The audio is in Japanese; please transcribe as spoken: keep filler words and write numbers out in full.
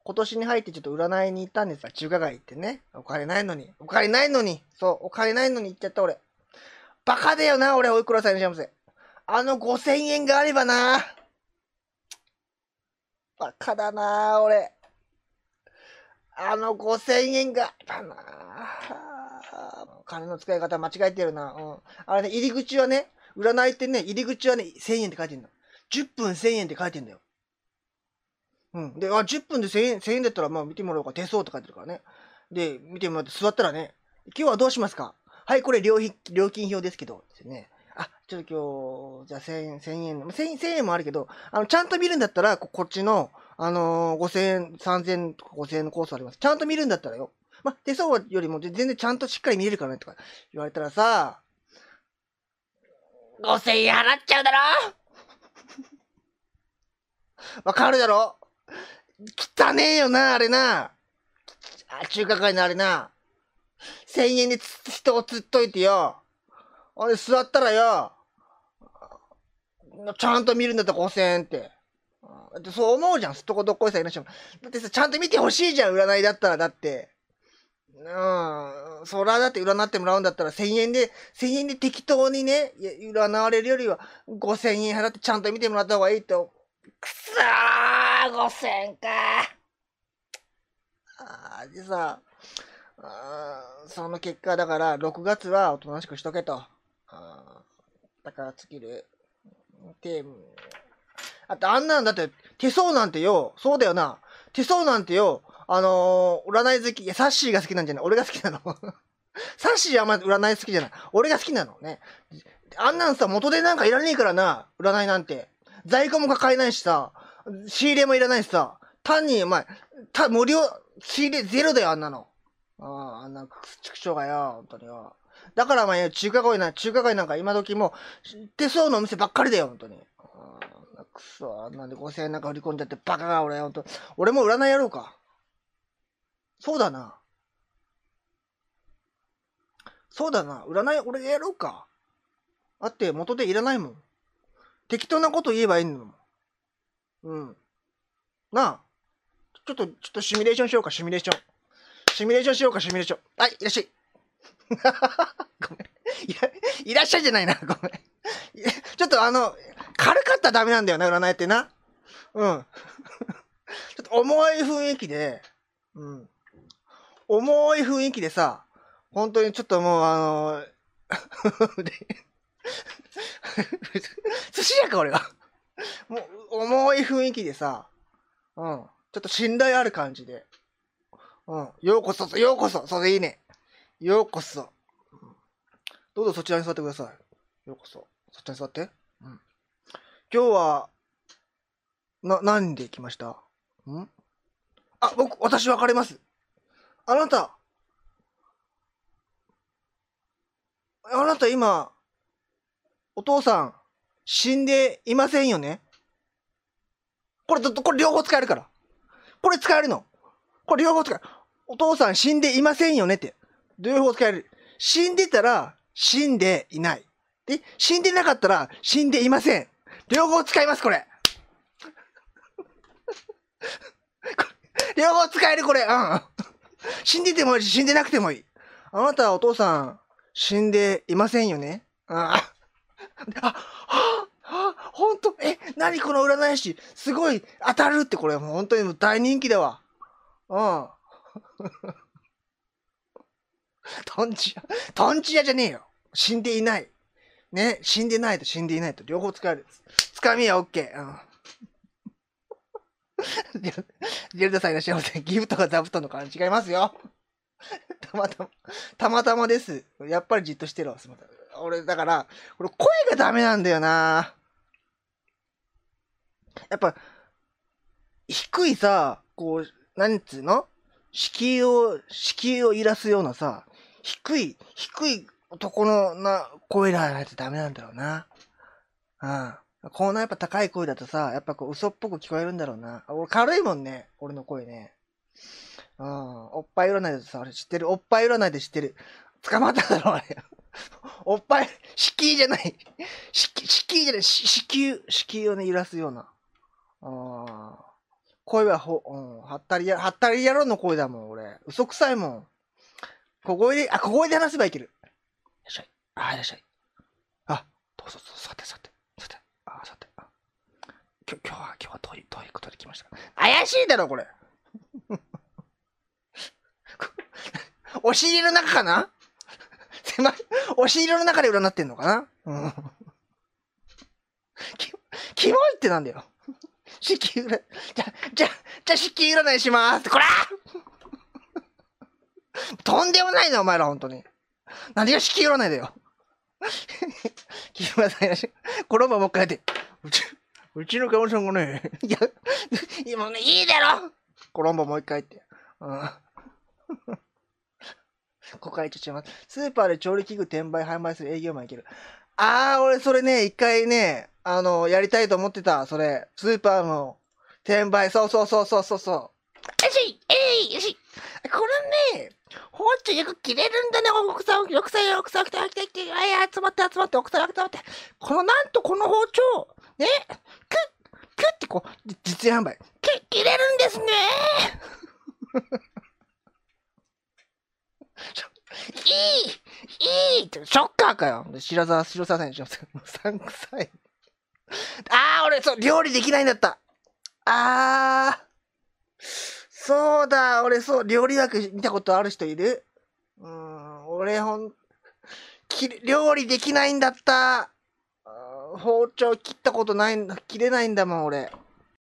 今年に入ってちょっと占いに行ったんですよ。中華街行ってね。お金ないのに。お金ないのに。そう、お金ないのに行っちゃった俺。バカだよな、俺、おいくらさんいらっしゃいませ。あのごせんえんがあればな。バカだな、俺。あのごせんえんがあればな。金の使い方間違えてるな。うん。あれね、入り口はね、占いってね、入り口はね、せんえんって書いてんだ。じゅっぷんせんえんって書いてんだよ。うん。で、あ、じゅっぷんでせんえん、せんえんだったら、まあ見てもらおうか。手相って書いてるからね。で、見てもらって座ったらね、今日はどうしますか？はい、これ料金、料金表ですけど、ですね。あ、ちょっと今日、じゃあせんえん、せんえん、1000、せんえんもあるけど、あの、ちゃんと見るんだったら、ここっちの、あのー、ごせんえん、さんぜんえんとかごせんえんのコースあります。ちゃんと見るんだったらよ。ま、手相よりも全然ちゃんとしっかり見れるからね、とか言われたらさ、ごせんえん払っちゃうだろわかるだろ？汚ねえよな、あれな。あ、中華街のあれな。せんえんで人を釣っといてよ。あれ座ったらよ、ちゃんと見るんだったらごせんえんって。だってそう思うじゃん、すっとこどっこいさんいらっしゃる。だってさ、ちゃんと見てほしいじゃん、占いだったら。だって。うん。そらだって占ってもらうんだったらせんえんで、せんえんで適当にね、占われるよりはごせんえん払ってちゃんと見てもらった方がいいと。くそー !ごせんえんかー。あーでさ、あその結果だからろくがつはおとなしくしとけと。あだから尽きる。で、あとあんなんだって手相なんてよ、そうだよな。手相なんてよ、あのー、占い好き、いや、サッシーが好きなんじゃない？俺が好きなの。サッシーはあんま占い好きじゃない。俺が好きなのね。あんなんさ、元でなんかいらねえからな、占いなんて。在庫も抱えないしさ、仕入れもいらないしさ、単に、お前、た、無料、仕入れゼロだよ、あんなの。ああ、あんな、畜生がよ、本当によ。だからお前、中華街な、中華街なんか今時もう、手相のお店ばっかりだよ、本当に。ああ、くそ、あんなんでごせんえんなんか振り込んじゃってバカが俺、本当。俺も占いやろうか。そうだな。そうだな。占い俺やろうか。あって元でいらないもん。適当なこと言えばいいのもん。うん。なあ。ちょっと、ちょっとシミュレーションしようか、シミュレーション。シミュレーションしようか、シミュレーション。はい、いらっしゃい。ごめん。いら、いらっしゃいじゃないな。ごめん。ちょっとあの、軽かったらダメなんだよな、占いってな。うん。ちょっと重い雰囲気で、うん。重い雰囲気でさ、本当にちょっともうあの、寿司屋か、俺は。もう、重い雰囲気でさ、うん。ちょっと信頼ある感じで。うん。ようこそ、ようこそ、それいいね。ようこそ。どうぞそちらに座ってください。ようこそ。そちらに座って。うん。今日は、な、何で来ました？んあ、僕、私分かれます。あなた、あなた今、お父さん、死んでいませんよね？これ、これ両方使えるから。これ使えるの。これ両方使える。お父さん死んでいませんよねって。両方使える。死んでたら、死んでいない。で、死んでなかったら、死んでいません。両方使います、これ。両方使える、これ。うん。死んでてもいいし、死んでなくてもいい。あなたはお父さん、死んでいませんよね？うん。あ、はぁ、はぁ、ほんと、え、なにこの占い師。すごい、当たるってこれ、もう本当に大人気だわ。うん。トンチ屋、トンチ屋じゃねえよ。死んでいない。ね、死んでないと死んでいないと両方使える。つかみは OK。うん。ジェルダさんいらっしゃいませ。ギフトが座布団の感じ違いますよ。たまたま、たまたまです。やっぱりじっとしてるわ。すみません。俺、だから、俺声がダメなんだよな。やっぱ、低いさ、こう、なんつうの敷居を、敷居をいらすようなさ、低い、低い男のな、声がないとダメなんだろうな。うん。こんなやっぱ高い声だとさ、やっぱこう嘘っぽく聞こえるんだろうな。俺軽いもんね、俺の声ね。うん。おっぱい占いだとさ、俺知ってる。おっぱい占いで知ってる。捕まっただろ、あれ。おっぱい、敷居じゃない。敷敷居じゃない。し子宮、子宮をね、揺らすような。ああ。 声はほ、うん、はったりや、はったり野郎の声だもん、俺。嘘くさいもん。小声で、あ、小声で話せばいける。いらっしゃい。あ、いらっしゃい。あ、どうぞ、どうぞ、座って、座って。座って。あ、座って。あ今日、今日は、今日はどういう、どういうことで来ましたか。怪しいだろ、これ。押し入れの中かな狭い。押し入れの中で占ってんのかなうん。き、キモいってなんだよ。四季占い。じゃ、じゃ、じゃ、四季占いしまーす。こらとんでもないな、お前ら、ほんとに。何が四季占いだよ。木村さんいらっしゃい。このままもう一回やって。うち、うちのかおさんがね、いや、今ね、いいだろコロンボもう一回って。うん。ここから一応します。スーパーで調理器具転売販売する営業マンいける。あー、俺それね、一回ね、あの、やりたいと思ってた、それ。スーパーの転売、そうそうそうそうそうそう。よしえいよしこれね、包丁よく切れるんだね、奥さん、奥さん、奥さん、来た、来た、来た、あいや、集まって、集まって、奥さん、集まって。この、なんとこの包丁、ね、クッ、クッってこう、実演販売、クッ、切れるんですねいいいいショッカーかよ。白沢、白沢さんにします。うさんくさい。あー、俺、そう、料理できないんだった。あー、そうだ、俺、そう、料理学見たことある人いる？うーん、俺、ほん、き料理できないんだった。包丁切ったことないんだ、切れないんだもん、俺。